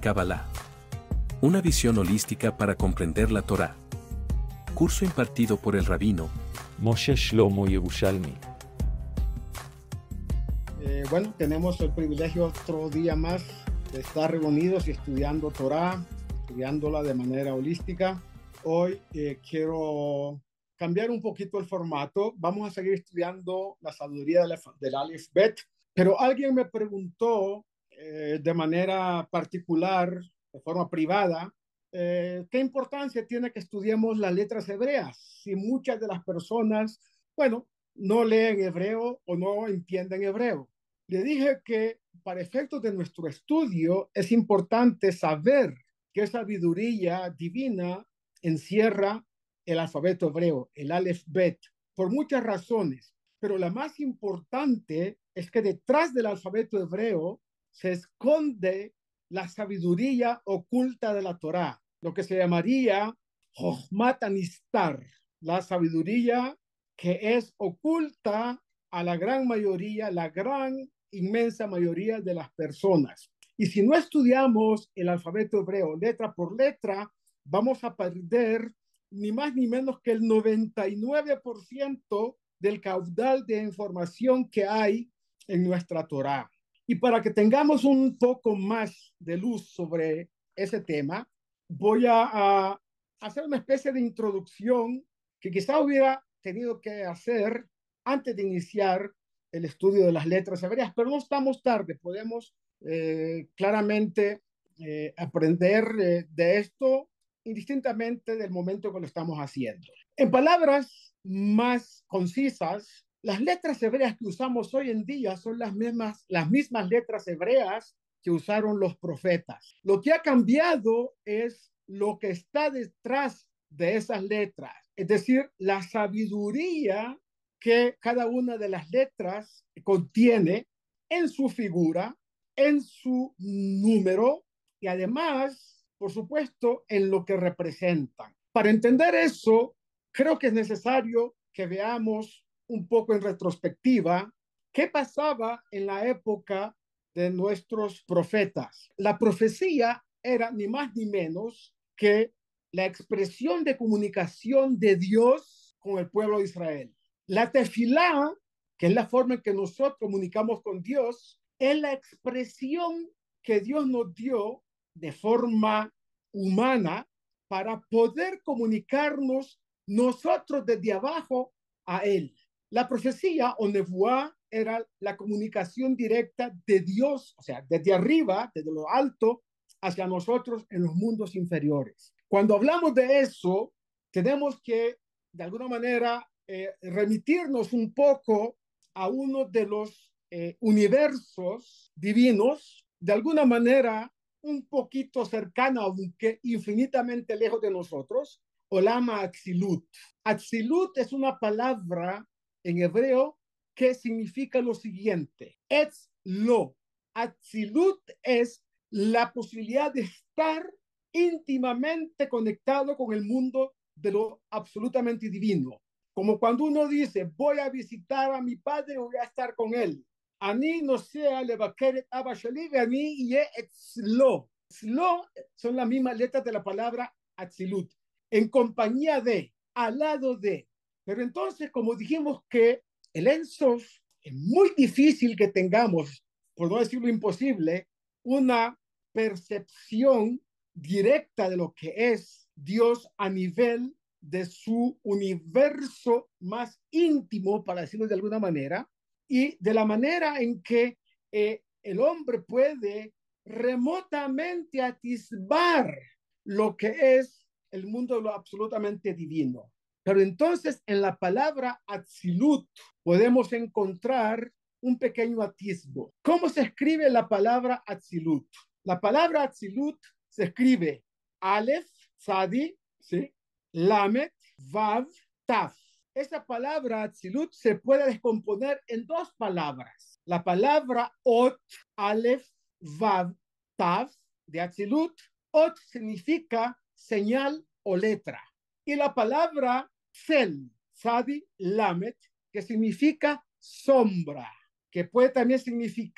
Kabbalah. Una visión holística para comprender la Torá. Curso impartido por el rabino Moshe Shlomo Yerushalmi. Bueno, tenemos el privilegio otro día más de estar reunidos y estudiando Torá, estudiándola de manera holística. Hoy quiero cambiar un poquito el formato. Vamos a seguir estudiando la sabiduría del Aleph Bet, pero alguien me preguntó de manera particular, de forma privada, ¿qué importancia tiene que estudiemos las letras hebreas? Si muchas de las personas, bueno, no leen hebreo o no entienden hebreo. Le dije que para efectos de nuestro estudio es importante saber qué sabiduría divina encierra el alfabeto hebreo, el Aleph Bet, por muchas razones. Pero la más importante es que detrás del alfabeto hebreo se esconde la sabiduría oculta de la Torá, lo que se llamaría Jochmat Anistar, la sabiduría que es oculta a la gran mayoría, la gran inmensa mayoría de las personas. Y si no estudiamos el alfabeto hebreo letra por letra, vamos a perder ni más ni menos que el 99% del caudal de información que hay en nuestra Torá. Y para que tengamos un poco más de luz sobre ese tema, voy a hacer una especie de introducción que quizá hubiera tenido que hacer antes de iniciar el estudio de las letras hebreas, pero no estamos tarde, podemos claramente aprender de esto indistintamente del momento que lo estamos haciendo. En palabras más concisas, las letras hebreas que usamos hoy en día son las mismas letras hebreas que usaron los profetas. Lo que ha cambiado es lo que está detrás de esas letras, es decir, la sabiduría que cada una de las letras contiene en su figura, en su número y además, por supuesto, en lo que representan. Para entender eso, creo que es necesario que veamos un poco en retrospectiva qué pasaba en la época de nuestros profetas. La profecía era ni más ni menos que la expresión de comunicación de Dios con el pueblo de Israel. La tefilá, que es la forma en que nosotros comunicamos con Dios, es la expresión que Dios nos dio de forma humana para poder comunicarnos nosotros desde abajo a Él. La profecía o nevuá era la comunicación directa de Dios, o sea, desde arriba, desde lo alto, hacia nosotros en los mundos inferiores. Cuando hablamos de eso, tenemos que, de alguna manera, remitirnos un poco a uno de los universos divinos, de alguna manera un poquito cercano, aunque infinitamente lejos de nosotros, Olama Atzilut. Atzilut es una palabra en hebreo que significa lo siguiente: Etz lo. Atzilut es la posibilidad de estar íntimamente conectado con el mundo de lo absolutamente divino. Como cuando uno dice, voy a visitar a mi padre, voy a estar con él. Ani no sea levaqueret abashali, ani ye etzlo. Etzlo son las mismas letras de la palabra atzilut. En compañía de, al lado de. Pero entonces, como dijimos que el Ensof es muy difícil que tengamos, por no decirlo imposible, una percepción directa de lo que es Dios a nivel de su universo más íntimo, para decirlo de alguna manera, y de la manera en que el hombre puede remotamente atisbar lo que es el mundo de lo absolutamente divino. Pero entonces en la palabra Atzilut podemos encontrar un pequeño atisbo. ¿Cómo se escribe la palabra Atzilut? La palabra Atzilut se escribe Aleph, Tzadi, ¿sí? Lamet, Vav, Taf. Esa palabra Atzilut se puede descomponer en dos palabras. La palabra Ot, Aleph, Vav, Taf de Atzilut. Ot significa señal o letra. Y la palabra Tzel, Tzadi, Lamet, que significa sombra, que puede también significar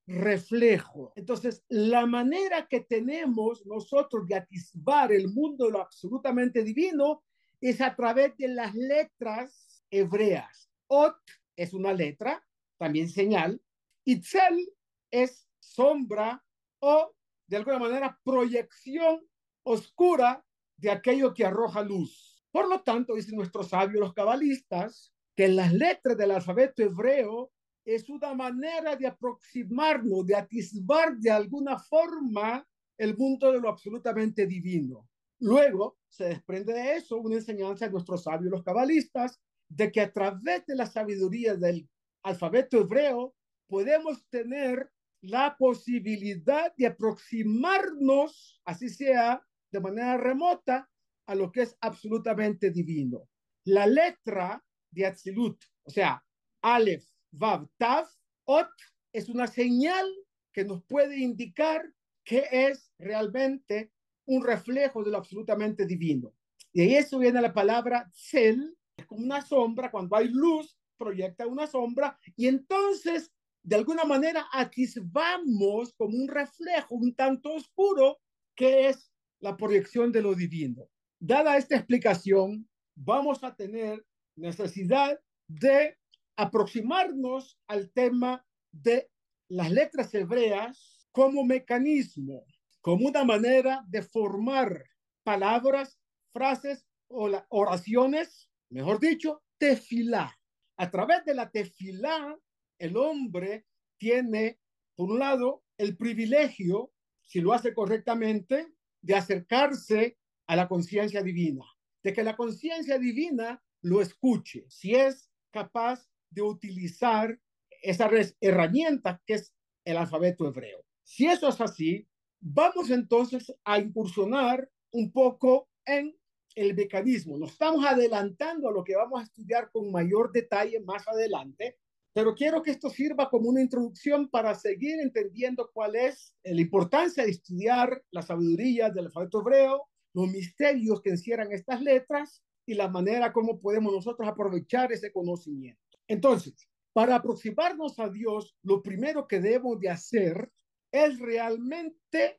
reflejo. Entonces, la manera que tenemos nosotros de atisbar el mundo de lo absolutamente divino es a través de las letras hebreas. Ot es una letra, también señal. Itzel es sombra o, de alguna manera, proyección oscura de aquello que arroja luz. Por lo tanto, dicen nuestros sabios, los cabalistas, que las letras del alfabeto hebreo es una manera de aproximarnos, de atisbar de alguna forma el mundo de lo absolutamente divino. Luego se desprende de eso una enseñanza de nuestros sabios, los cabalistas, de que a través de la sabiduría del alfabeto hebreo podemos tener la posibilidad de aproximarnos, así sea de manera remota, a lo que es absolutamente divino. La letra de Atzilut, o sea, Aleph, Vav, Tav, Ot, es una señal que nos puede indicar que es realmente un reflejo de lo absolutamente divino. Y de eso viene la palabra Tzel, es como una sombra, cuando hay luz, proyecta una sombra, y entonces, de alguna manera, atisbamos como un reflejo un tanto oscuro, que es la proyección de lo divino. Dada esta explicación, vamos a tener necesidad de aproximarnos al tema de las letras hebreas como mecanismo, como una manera de formar palabras, frases o oraciones, mejor dicho, tefilá. A través de la tefilá, el hombre tiene, por un lado, el privilegio, si lo hace correctamente, de acercarse a la conciencia divina, de que la conciencia divina lo escuche, si es capaz de utilizar esa herramienta que es el alfabeto hebreo. Si eso es así, vamos entonces a incursionar un poco en el mecanismo. Nos estamos adelantando a lo que vamos a estudiar con mayor detalle más adelante, pero quiero que esto sirva como una introducción para seguir entendiendo cuál es la importancia de estudiar la sabiduría del alfabeto hebreo, los misterios que encierran estas letras y la manera como podemos nosotros aprovechar ese conocimiento. Entonces, para aproximarnos a Dios, lo primero que debemos de hacer es realmente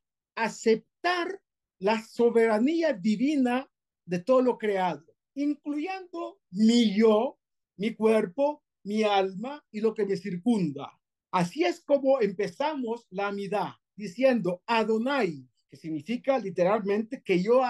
aceptar la soberanía divina de todo lo creado, incluyendo mi yo, mi cuerpo, mi alma y lo que me circunda. Así es como empezamos la amidad, diciendo Adonai, que significa literalmente que yo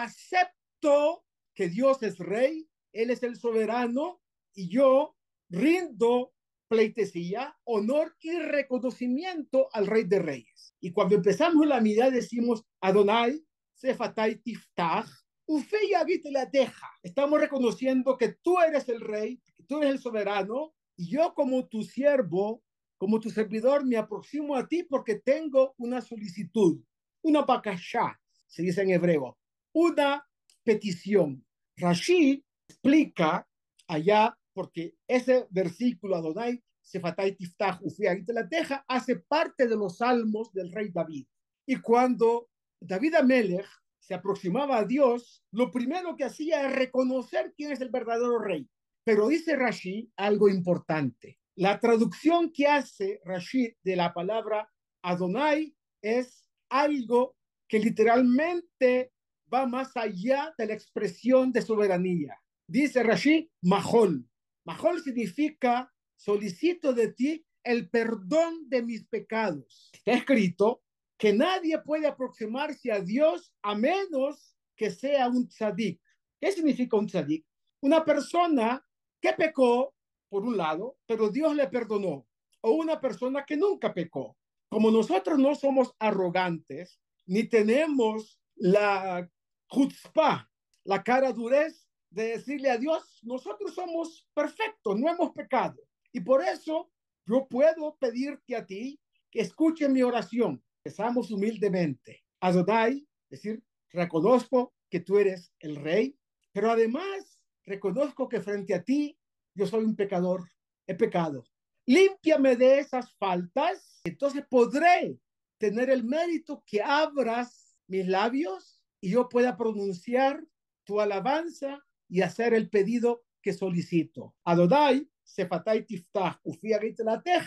acepto que Dios es rey, Él es el soberano y yo rindo pleitesía, honor y reconocimiento al Rey de Reyes. Y cuando empezamos la amidad decimos Adonai, Sefatai Tiftach, Ufeya la deja. Estamos reconociendo que tú eres el rey, que tú eres el soberano, y yo como tu siervo, como tu servidor, me aproximo a ti porque tengo una solicitud, una bakashá, se dice en hebreo, una petición. Rashi explica allá, porque ese versículo Adonai, Sefatai Tiftach, Ufeya la deja, hace parte de los salmos del rey David. Y cuando David Amelech se aproximaba a Dios, lo primero que hacía es reconocer quién es el verdadero rey. Pero dice Rashi algo importante. La traducción que hace Rashi de la palabra Adonai es algo que literalmente va más allá de la expresión de soberanía. Dice Rashi, Mahol. Mahol significa solicito de ti el perdón de mis pecados. Está escrito que nadie puede aproximarse a Dios a menos que sea un tzadik. ¿Qué significa un tzadik? Una persona que pecó, por un lado, pero Dios le perdonó. O una persona que nunca pecó. Como nosotros no somos arrogantes, ni tenemos la chutzpah, la cara durez de decirle a Dios, nosotros somos perfectos, no hemos pecado. Y por eso yo puedo pedirte a ti que escuche mi oración. Empezamos humildemente. Adonai, es decir, reconozco que tú eres el rey, pero además reconozco que frente a ti yo soy un pecador, he pecado. Límpiame de esas faltas, entonces podré tener el mérito que abras mis labios y yo pueda pronunciar tu alabanza y hacer el pedido que solicito. Adonai, Sefatai Tiftach, Ufia la teja,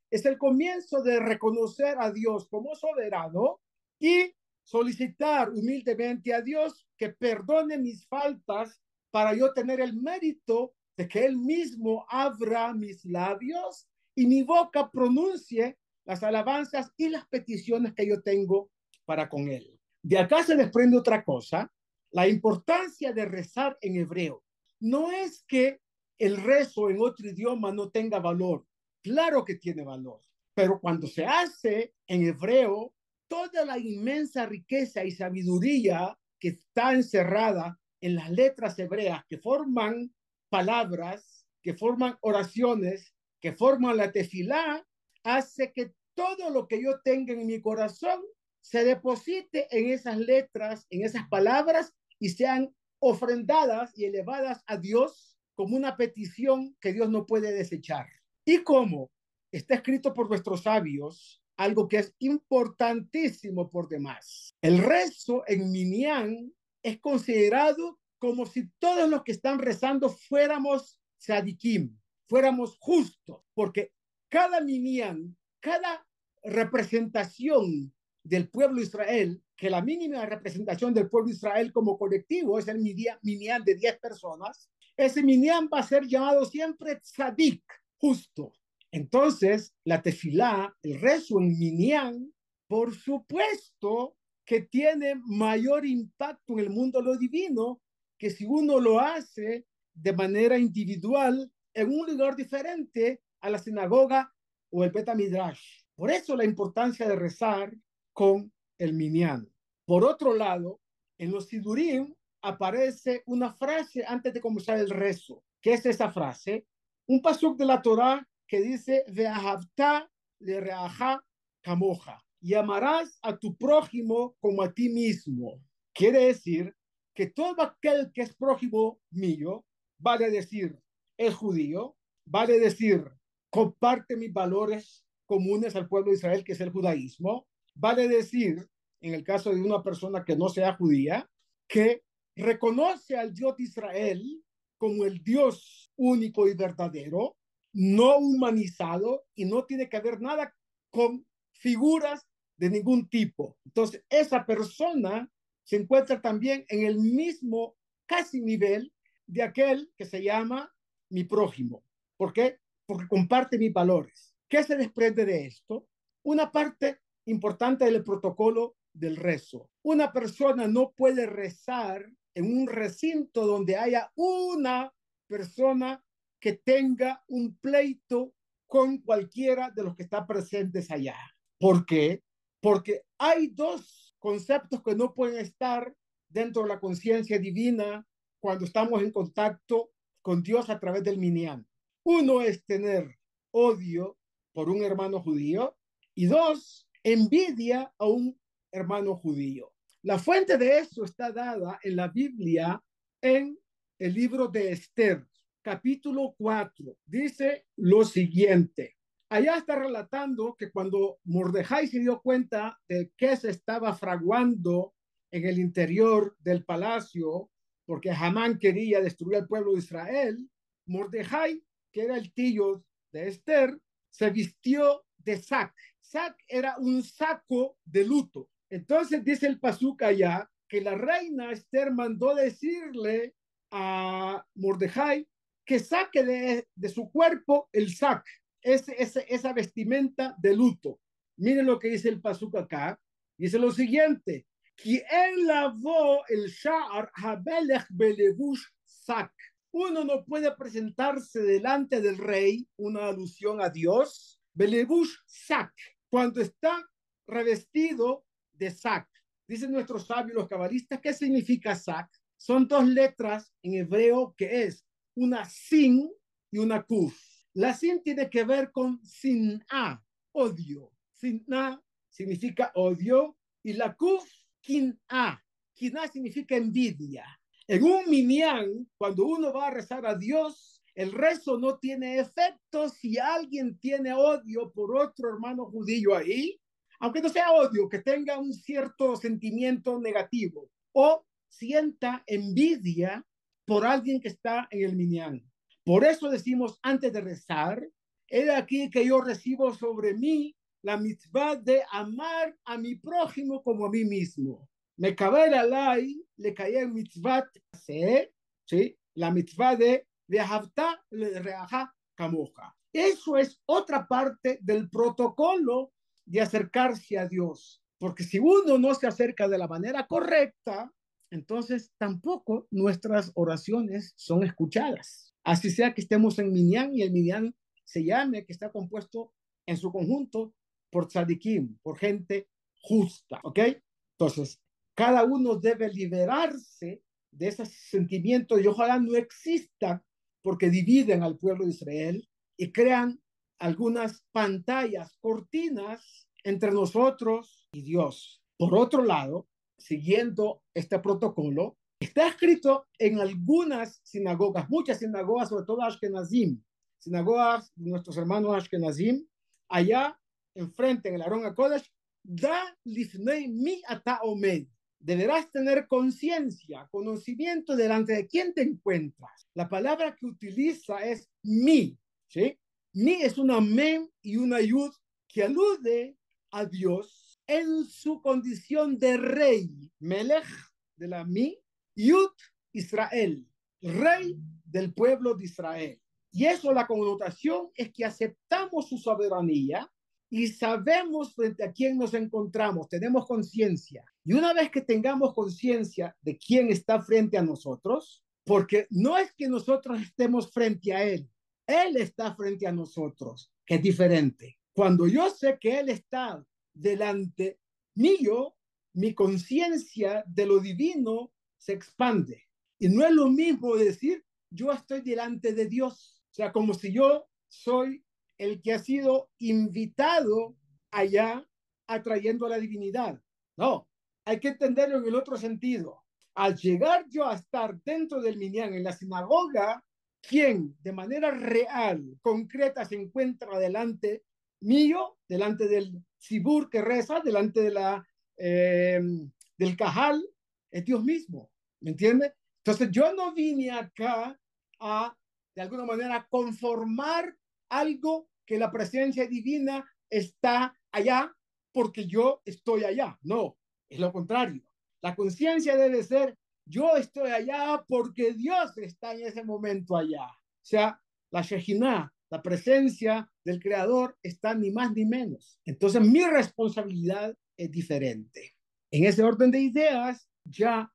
es el comienzo de reconocer a Dios como soberano y solicitar humildemente a Dios que perdone mis faltas para yo tener el mérito de que Él mismo abra mis labios y mi boca pronuncie las alabanzas y las peticiones que yo tengo para con Él. De acá se desprende otra cosa, la importancia de rezar en hebreo. No es que el rezo en otro idioma no tenga valor, claro que tiene valor, pero cuando se hace en hebreo, toda la inmensa riqueza y sabiduría que está encerrada en las letras hebreas que forman palabras, que forman oraciones, que forman la tefilá, hace que todo lo que yo tenga en mi corazón se deposite en esas letras, en esas palabras y sean ofrendadas y elevadas a Dios como una petición que Dios no puede desechar. ¿Y cómo? Está escrito por nuestros sabios algo que es importantísimo por demás. El rezo en Minyan es considerado como si todos los que están rezando fuéramos tzadikim, fuéramos justos, porque cada Minyan, cada representación del pueblo de Israel, que la mínima representación del pueblo de Israel como colectivo es el minyan de 10 personas, ese minyan va a ser llamado siempre tzadik, justo. Entonces, la tefilá, el rezo en minyan, por supuesto que tiene mayor impacto en el mundo lo divino que si uno lo hace de manera individual en un lugar diferente a la sinagoga o el Bet Midrash. Por eso la importancia de rezar con el minyan. Por otro lado, en los sidurim aparece una frase antes de comenzar el rezo. ¿Qué es esa frase? Un pasuk de la Torá que dice ve'ahavta lereaja kamoja, y amarás a tu prójimo como a ti mismo. Quiere decir que todo aquel que es prójimo mío, vale decir, es judío, vale decir, comparte mis valores comunes al pueblo de Israel, que es el judaísmo, vale decir, en el caso de una persona que no sea judía, que reconoce al Dios de Israel como el Dios único y verdadero, no humanizado, y no tiene que ver nada con figuras de ningún tipo. Entonces, esa persona se encuentra también en el mismo casi nivel de aquel que se llama mi prójimo. ¿Por qué? Porque comparte mis valores. ¿Qué se desprende de esto? Una parte importante del protocolo del rezo. Una persona no puede rezar en un recinto donde haya una persona que tenga un pleito con cualquiera de los que están presentes allá. ¿Por qué? Porque hay dos conceptos que no pueden estar dentro de la conciencia divina cuando estamos en contacto con Dios a través del minyan. Uno es tener odio por un hermano judío y dos, envidia a un hermano judío. La fuente de eso está dada en la Biblia en el libro de Esther, capítulo 4. Dice lo siguiente. Allá está relatando que cuando Mordejai se dio cuenta de que se estaba fraguando en el interior del palacio, porque Hamán quería destruir al pueblo de Israel, Mordejai, que era el tío de Esther, se vistió de sac. Sac era un saco de luto. Entonces dice el pasuk allá que la reina Esther mandó decirle a Mordejai que saque de su cuerpo el sac, esa vestimenta de luto. Miren lo que dice el pasuk acá. Dice lo siguiente: ¿Quién lavó el sha'ar habelech belevush sac? Uno no puede presentarse delante del rey, una alusión a Dios, belevush sac, cuando está revestido de sac. Dicen nuestros sabios, los cabalistas, ¿qué significa sac? Son dos letras en hebreo que es una sin y una kuf. La sin tiene que ver con sin'a, odio. Sin'a significa odio y la kuf, kin'a. Kin'a significa envidia. En un minyan, cuando uno va a rezar a Dios, el rezo no tiene efecto si alguien tiene odio por otro hermano judío ahí, aunque no sea odio, que tenga un cierto sentimiento negativo o sienta envidia por alguien que está en el minyan. Por eso decimos antes de rezar He aquí que yo recibo sobre mí la mitzvah de amar a mi prójimo como a mí mismo. Me cabe alay, le cae en mitzvah, ¿sí? La mitzvah de Vehavta le reaja kamoja. Eso es otra parte del protocolo de acercarse a Dios. Porque si uno no se acerca de la manera correcta, entonces tampoco nuestras oraciones son escuchadas. Así sea que estemos en Minyan y el Minyan se llame, que está compuesto en su conjunto por tzadikim, por gente justa, ¿ok? Entonces, cada uno debe liberarse de ese sentimiento y ojalá no exista porque dividen al pueblo de Israel y crean algunas pantallas, cortinas entre nosotros y Dios. Por otro lado, siguiendo este protocolo, está escrito en algunas sinagogas, muchas sinagogas, sobre todo Ashkenazim, sinagogas de nuestros hermanos Ashkenazim, allá enfrente en el Aarón HaKodesh, da lifnei mi ata omed. Deberás tener conciencia, conocimiento delante de quién te encuentras. La palabra que utiliza es mi, ¿sí? Mi es una mem y una yud que alude a Dios en su condición de rey, melech de la mi, yud Israel, rey del pueblo de Israel. Y eso, la connotación es que aceptamos su soberanía y sabemos frente a quién nos encontramos, tenemos conciencia. Y una vez que tengamos conciencia de quién está frente a nosotros, porque no es que nosotros estemos frente a él está frente a nosotros, que es diferente. Cuando yo sé que él está delante mío, mi conciencia de lo divino se expande. Y no es lo mismo decir, yo estoy delante de Dios. O sea, como si yo soy el que ha sido invitado allá atrayendo a la divinidad. No, hay que entenderlo en el otro sentido. Al llegar yo a estar dentro del minyan, en la sinagoga, quien de manera real, concreta, se encuentra delante mío, delante del sibur que reza, delante de del cajal, es Dios mismo, ¿me entiende? Entonces yo no vine acá a, de alguna manera, conformar algo que la presencia divina está allá porque yo estoy allá. No, es lo contrario. La conciencia debe ser, yo estoy allá porque Dios está en ese momento allá. O sea, la Shejinah, la presencia del Creador está ni más ni menos. Entonces mi responsabilidad es diferente. En ese orden de ideas, ya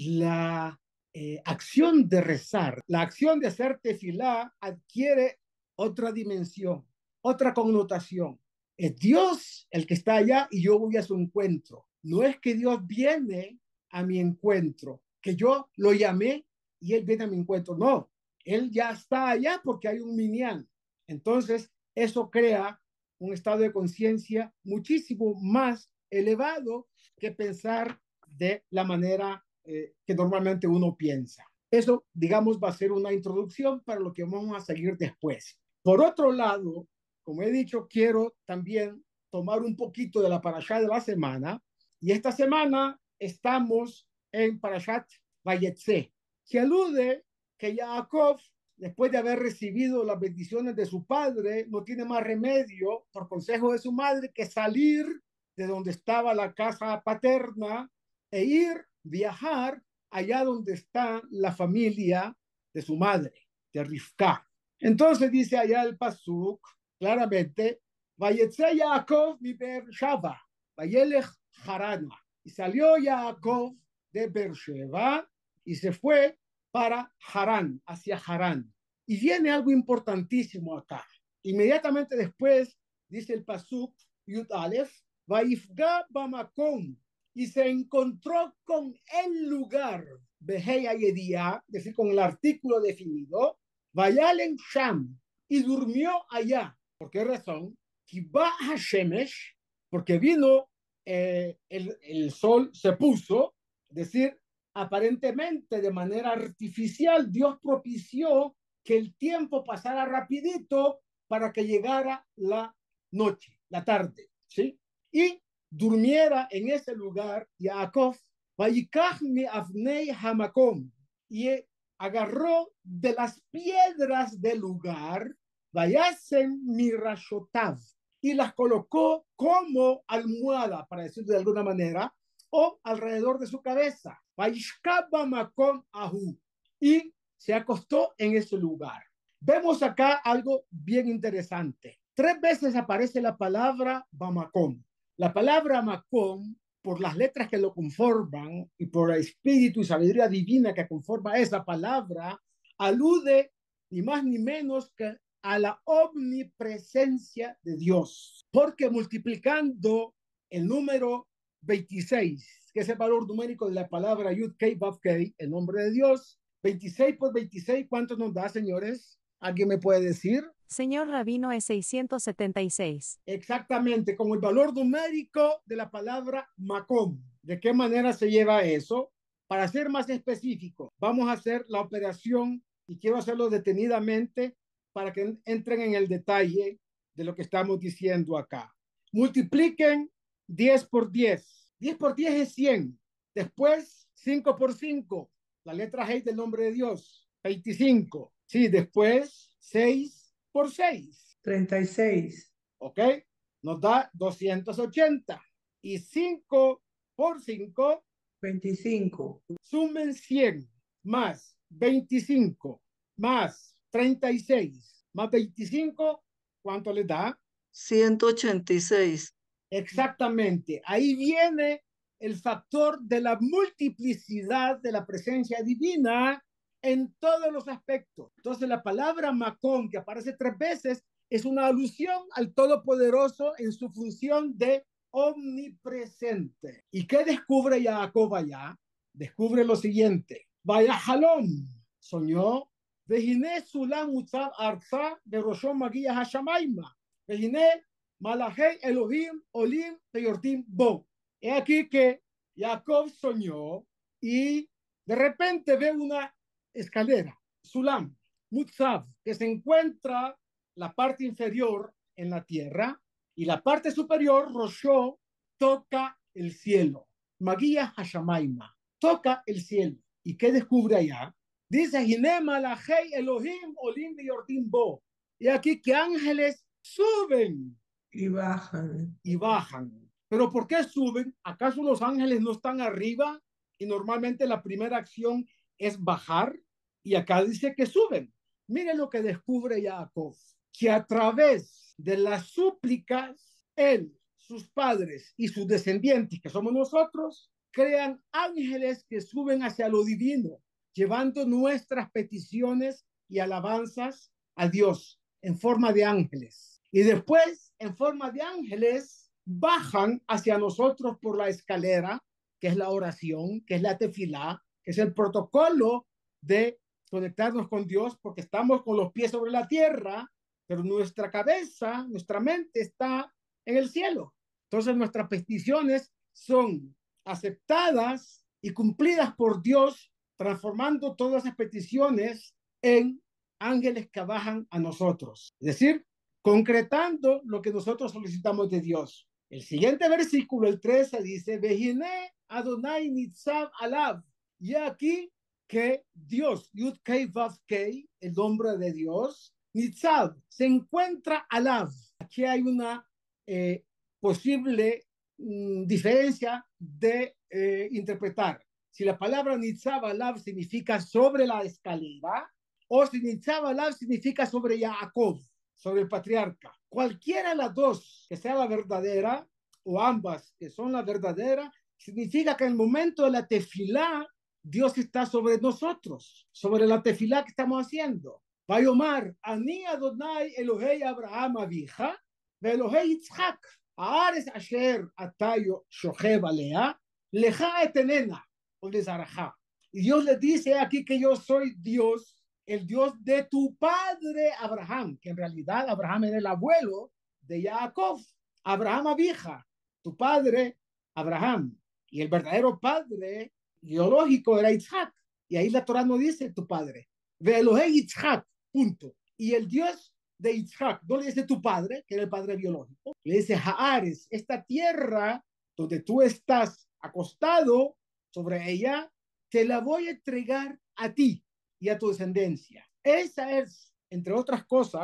la acción de rezar, la acción de hacer tefilá adquiere otra dimensión, otra connotación. Es Dios el que está allá y yo voy a su encuentro. No es que Dios viene a mi encuentro, que yo lo llamé y él viene a mi encuentro. No, él ya está allá porque hay un minyan. Entonces, eso crea un estado de conciencia muchísimo más elevado que pensar de la manera que normalmente uno piensa. Eso, digamos, va a ser una introducción para lo que vamos a seguir después. Por otro lado, como he dicho, quiero también tomar un poquito de la parashá de la semana. Y esta semana estamos en Parashat Vayetze, que alude que Jacob, después de haber recibido las bendiciones de su padre, no tiene más remedio, por consejo de su madre, que salir de donde estaba la casa paterna e ir, viajar allá donde está la familia de su madre, de Rivka. Entonces dice allá el pasuk claramente, Vayetze Jacob mi Beersheba, Vayelech Harana. Y salió Jacob de Beersheba y se fue para Harán, hacia Harán. Y viene algo importantísimo acá. Inmediatamente después dice el pasuk Yud Aleph, Vaifga Bamakom, y se encontró con el lugar, Behei Ayedía, es decir, con el artículo definido, Vayalen Sham, y durmió allá. ¿Por qué razón? Kiba Hashemesh, porque vino el sol, se puso, es decir, aparentemente de manera artificial, Dios propició que el tiempo pasara rapidito para que llegara la noche, la tarde, ¿sí? Y durmiera en ese lugar Jacob, Vayikachmi Avnei Hamakom, y agarró de las piedras del lugar Vayasen mirashotav, y las colocó como almohada, para decirlo de alguna manera, o alrededor de su cabeza. Vaishkaba makom ahu, y se acostó en ese lugar. Vemos acá algo bien interesante. 3 veces aparece la palabra Bamakom. La palabra Makom, por las letras que lo conforman y por el espíritu y sabiduría divina que conforma esa palabra, alude ni más ni menos que a la omnipresencia de Dios. Porque multiplicando el número 26, que es el valor numérico de la palabra Yud Kei Vav Kei, el nombre de Dios, 26 por 26, ¿cuánto nos da, señores? ¿Alguien me puede decir? Señor Rabino, es 676. Exactamente, con el valor numérico de la palabra Macom. ¿De qué manera se lleva eso? Para ser más específico, vamos a hacer la operación y quiero hacerlo detenidamente para que entren en el detalle de lo que estamos diciendo acá. Multipliquen 10 por 10. 10 por 10 es 100. Después 5 por 5. La letra G del nombre de Dios. 25. Sí, después 6 por 6. 36. ¿Ok? Nos da 280. Y 5 por 5. 25. Sumen 100 más 25 más 36 más 25. ¿Cuánto les da? 186. Exactamente. Ahí viene el factor de la multiplicidad de la presencia divina en todos los aspectos. Entonces, la palabra Macón, que aparece 3 veces, es una alusión al Todopoderoso en su función de omnipresente. ¿Y qué descubre Jacob allá? Descubre lo siguiente. Vaya Jalom, soñó, Vejiné Sulam Utzab Arza, de Roshon Maguía Hashamaima. Vejiné Malachei Elohim Olim Peyortim Bo. He aquí que Jacob soñó y de repente ve una escalera, Sulam, Mutzav, que se encuentra la parte inferior en la tierra y la parte superior, Roshó, toca el cielo. Magia Hashamaima, toca el cielo. ¿Y qué descubre allá? Dice, Hine Malachei Elohim Olim Peyortim Bo. Y aquí que ángeles suben Y bajan. y bajan. ¿Pero por qué suben? ¿Acaso los ángeles no están arriba? Y normalmente la primera acción es bajar. Y acá dice que suben. Mire lo que descubre Jacob. Que a través de las súplicas, él, sus padres y sus descendientes, que somos nosotros, crean ángeles que suben hacia lo divino, llevando nuestras peticiones y alabanzas a Dios en forma de ángeles. Y después, en forma de ángeles, bajan hacia nosotros por la escalera, que es la oración, que es la tefilá, que es el protocolo de conectarnos con Dios, porque estamos con los pies sobre la tierra, pero nuestra cabeza, nuestra mente está en el cielo. Entonces nuestras peticiones son aceptadas y cumplidas por Dios, transformando todas esas peticiones en ángeles que bajan a nosotros. Es decir, concretando lo que nosotros solicitamos de Dios. El siguiente versículo, el 13, dice, Vejine Adonai Nitzav Alav. Y aquí que Dios, Yud Kei Vav Kei, el nombre de Dios, Nitzav, se encuentra Alav. Aquí hay una posible diferencia de interpretar. Si la palabra Nitzav Alav significa sobre la escalera, o si Nitzav Alav significa sobre Jacob, sobre el patriarca. Cualquiera de las dos que sea la verdadera, o ambas que son la verdadera, significa que en el momento de la tefilá, Dios está sobre nosotros, sobre la tefilá que estamos haciendo. Vayomar, Ani Adonai Elohei Abraham Avija, ve Elohei Yitzhak, Haaretz asher atayo shochev alea, leja etenena, o lezarajá. Y Dios le dice aquí que yo soy Dios, el Dios de tu padre Abraham, que en realidad Abraham era el abuelo de Jacob. Abraham Avija, tu padre Abraham, y el verdadero padre biológico era Isaac. Y ahí la Torah no dice tu padre. Ve Elohei Yitzhak, punto. Y el Dios de Isaac no le dice tu padre, que era el padre biológico. Le dice Haares, esta tierra donde tú estás acostado sobre ella, te la voy a entregar a ti y a tu descendencia. Esa es, entre otras cosas,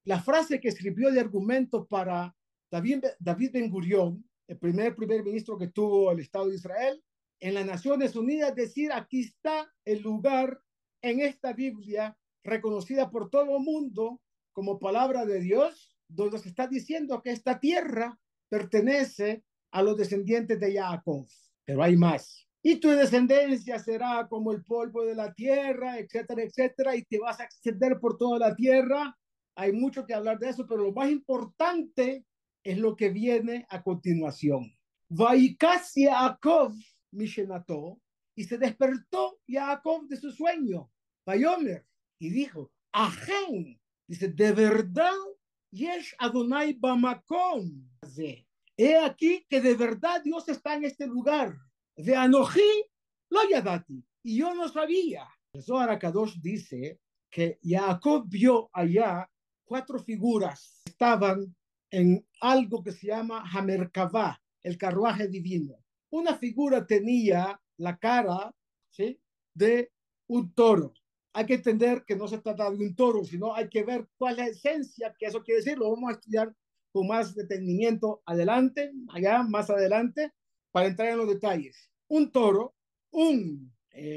la frase que escribió de argumento para David Ben-Gurión, el primer ministro que tuvo el Estado de Israel, en las Naciones Unidas, decir, aquí está el lugar en esta Biblia reconocida por todo el mundo como palabra de Dios, donde se está diciendo que esta tierra pertenece a los descendientes de Jacob. Pero hay más. Y tu descendencia será como el polvo de la tierra, etcétera, etcétera, y te vas a extender por toda la tierra. Hay mucho que hablar de eso, pero lo más importante es lo que viene a continuación. Vaikas Jacob Mishenato, y se despertó Jacob de su sueño. Vayomer, y dijo, Ajen, dice, de verdad, Yesh Adonai Bamakom. He aquí que de verdad Dios está en este lugar. De Anoji lo yadati. Y yo no sabía. El Zohar Kadosh dice que Jacob vio allá 4 figuras. Estaban en algo que se llama Hamerkavá, el carruaje divino. Una figura tenía la cara, ¿sí?, de un toro. Hay que entender que no se trata de un toro, sino hay que ver cuál es la esencia que eso quiere decir. Lo vamos a estudiar con más detenimiento adelante, allá más adelante, para entrar en los detalles. Un toro, un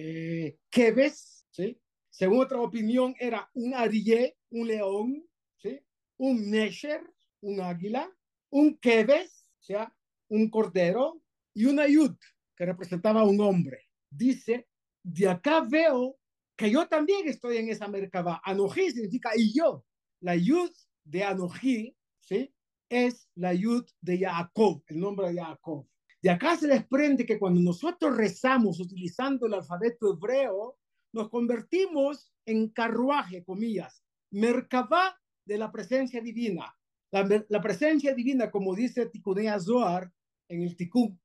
keves, ¿sí? Según otra opinión, era un arié, un león, ¿sí? Un nesher, un águila, un keves, o sea, un cordero, y una yud, que representaba a un hombre. Dice, de acá veo que yo también estoy en esa Merkabah. Anoji significa y yo. La yud de Anoji, ¿sí?, es la yud de Jacob, el nombre de Jacob. De acá se desprende que cuando nosotros rezamos utilizando el alfabeto hebreo, nos convertimos en carruaje, comillas, Merkabah de la presencia divina. La presencia divina, como dice Tikunei Zohar en el Tikun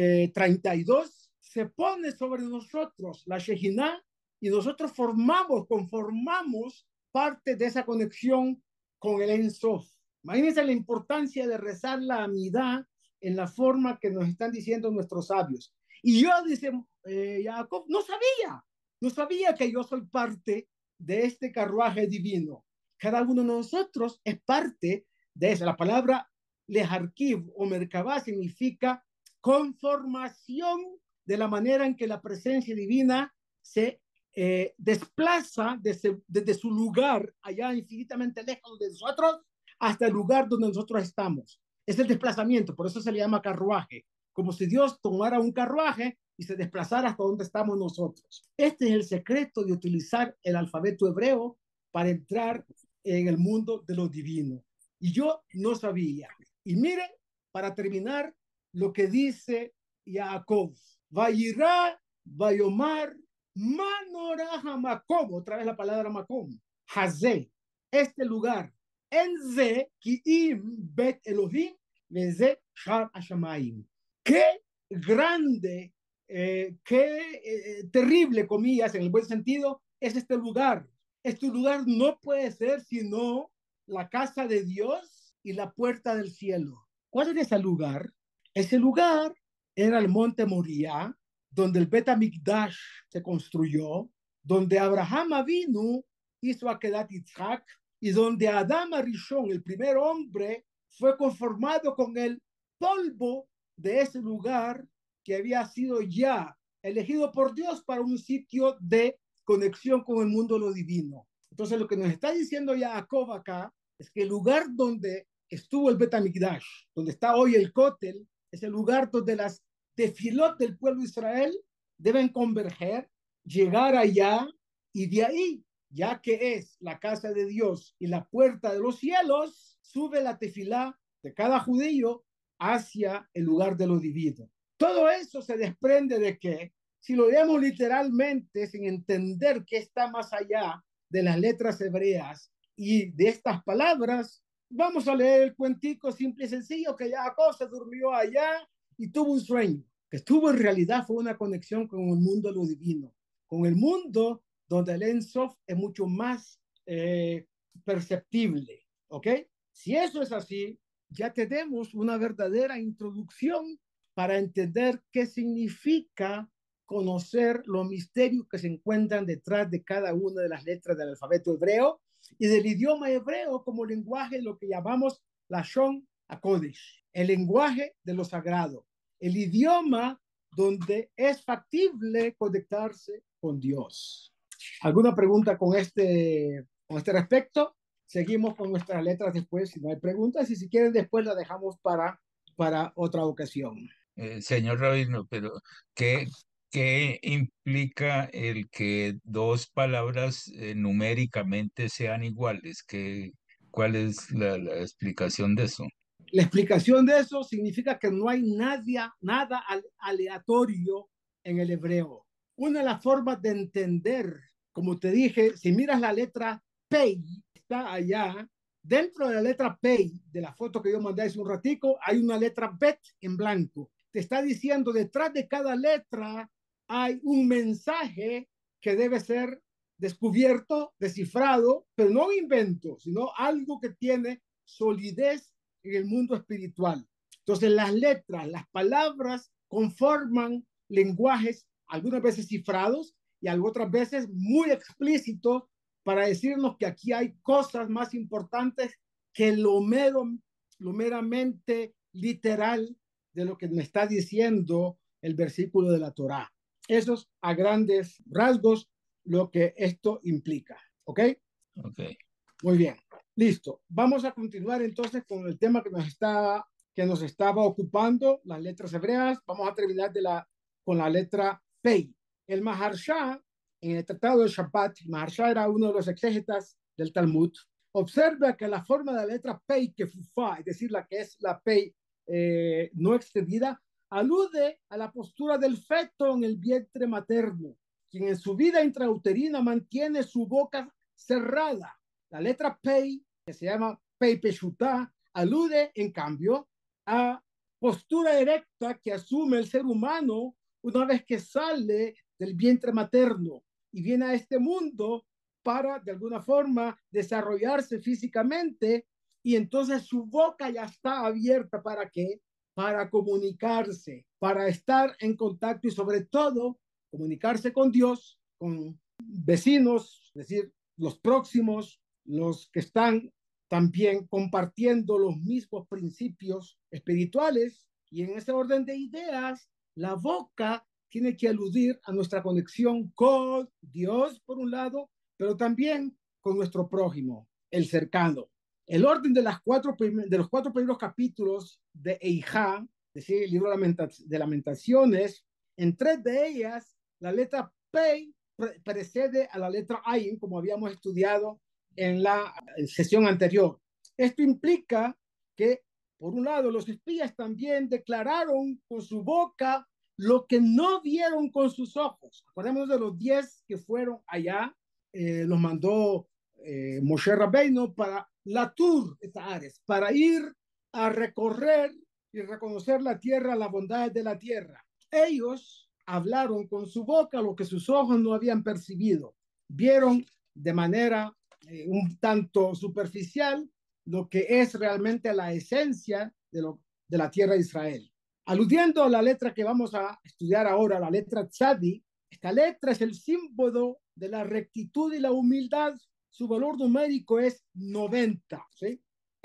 32, se pone sobre nosotros, la Shejinah, y nosotros conformamos parte de esa conexión con el Ein Sof. Imagínense la importancia de rezar la Amidá en la forma que nos están diciendo nuestros sabios. Y yo, dice Jacob, no sabía que yo soy parte de este carruaje divino. Cada uno de nosotros es parte de eso. La palabra leharkiv o merkabah significa conformación de la manera en que la presencia divina se desplaza desde su lugar allá infinitamente lejos de nosotros hasta el lugar donde nosotros estamos. Es el desplazamiento, por eso se le llama carruaje, como si Dios tomara un carruaje y se desplazara hasta donde estamos nosotros. Este es el secreto de utilizar el alfabeto hebreo para entrar en el mundo de lo divino. Y yo no sabía. Y miren, para terminar, lo que dice Jacob. Vayirá, vayomar, manoraja makom, otra vez la palabra makom, hazé, este lugar, enze, kiim, bet Elohim, veze, shar hashamayim. Qué grande, qué terrible, comillas, en el buen sentido, es este lugar. Este lugar no puede ser sino la casa de Dios y la puerta del cielo. ¿Cuál es ese lugar? Ese lugar era el monte Moriah, donde el Bet HaMikdash se construyó, donde Abraham Avinu hizo Akedat Yitzhak, y donde Adam Arishon, el primer hombre, fue conformado con el polvo de ese lugar que había sido ya elegido por Dios para un sitio de conexión con el mundo de lo divino. Entonces, lo que nos está diciendo Jacob acá es que el lugar donde estuvo el Bet HaMikdash, donde está hoy el Kotel, es el lugar donde las tefilot del pueblo de Israel deben converger, llegar allá, y de ahí, ya que es la casa de Dios y la puerta de los cielos, sube la tefilá de cada judío hacia el lugar de lo divino. Todo eso se desprende de que, si lo leemos literalmente, sin entender qué está más allá de las letras hebreas y de estas palabras, vamos a leer el cuentico simple y sencillo que Jacob se durmió allá y tuvo un sueño, que estuvo en realidad fue una conexión con el mundo de lo divino, con el mundo donde el Ein Sof es mucho más perceptible, ¿ok? Si eso es así, ya tenemos una verdadera introducción para entender qué significa conocer los misterios que se encuentran detrás de cada una de las letras del alfabeto hebreo y del idioma hebreo como lenguaje, lo que llamamos Lashon HaKodesh, el lenguaje de lo sagrado, el idioma donde es factible conectarse con Dios. ¿Alguna pregunta con este respecto? Seguimos con nuestras letras después, si no hay preguntas, y si quieren después la dejamos para otra ocasión. Señor Rabino, pero ¿qué, qué implica el que dos palabras numéricamente sean iguales? ¿Cuál es la explicación de eso? La explicación de eso significa que no hay nada aleatorio en el hebreo. Una de las formas de entender, como te dije, si miras la letra Pei, está allá, dentro de la letra Pei, de la foto que yo mandé hace un ratico, hay una letra Bet en blanco. Te está diciendo, detrás de cada letra hay un mensaje que debe ser descubierto, descifrado, pero no un invento, sino algo que tiene solidez en el mundo espiritual. Entonces las letras, las palabras conforman lenguajes algunas veces cifrados y otras veces muy explícitos para decirnos que aquí hay cosas más importantes que lo meramente literal de lo que me está diciendo el versículo de la Torá. Eso es a grandes rasgos lo que esto implica. ¿Ok? Ok. Muy bien. Listo. Vamos a continuar entonces con el tema que nos estaba ocupando, las letras hebreas. Vamos a terminar con la letra Pei. El Maharsha, en el Tratado de Shabbat, Maharsha era uno de los exégetas del Talmud, observa que la forma de la letra Pei, que fufa, es decir, la que es la Pei no extendida, alude a la postura del feto en el vientre materno, quien en su vida intrauterina mantiene su boca cerrada. La letra Pei, que se llama Pei Peshutá, alude, en cambio, a postura erecta que asume el ser humano una vez que sale del vientre materno y viene a este mundo para, de alguna forma, desarrollarse físicamente, y entonces su boca ya está abierta. ¿Para qué? Para comunicarse, para estar en contacto y sobre todo comunicarse con Dios, con vecinos, es decir, los próximos, los que están también compartiendo los mismos principios espirituales. Y en ese orden de ideas, la boca tiene que aludir a nuestra conexión con Dios, por un lado, pero también con nuestro prójimo, el cercano. El orden de los cuatro primeros capítulos de Eijá, es decir, el libro de Lamentaciones, en tres de ellas, la letra Pei precede a la letra Ayin, como habíamos estudiado en la sesión anterior. Esto implica que, por un lado, los espías también declararon con su boca lo que no vieron con sus ojos. Acordémonos de los 10 que fueron allá, los mandó Moshe Rabbeinu para Latur, para ir a recorrer y reconocer la tierra, las bondades de la tierra. Ellos hablaron con su boca lo que sus ojos no habían percibido. Vieron de manera un tanto superficial lo que es realmente la esencia de la tierra de Israel. Aludiendo a la letra que vamos a estudiar ahora, la letra Tzadi, esta letra es el símbolo de la rectitud y la humildad. Su valor numérico es 90. ¿Sí?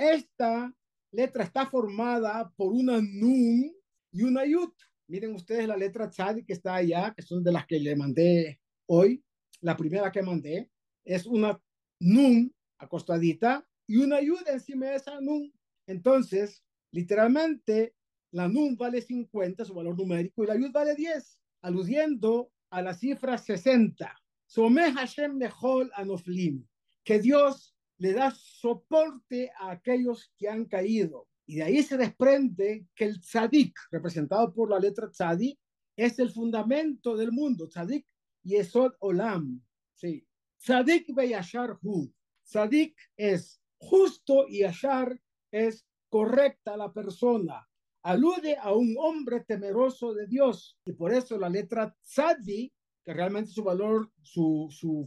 Esta letra está formada por una Nun y una Yud. Miren ustedes la letra Tzadi que está allá, que son de las que le mandé hoy. La primera que mandé es una Nun acostadita y una Yud encima de esa Nun. Entonces, literalmente, la Nun vale 50, su valor numérico, y la Yud vale 10, aludiendo a la cifra 60. Someh Hashem lechol anoflim, que Dios le da soporte a aquellos que han caído. Y de ahí se desprende que el tzadik, representado por la letra tzadi, es el fundamento del mundo. Tzadik yesod olam. Sí. Tzadik ve yashar hu. Tzadik es justo y yashar es correcta la persona. Alude a un hombre temeroso de Dios. Y por eso la letra tzadi, que realmente su valor, su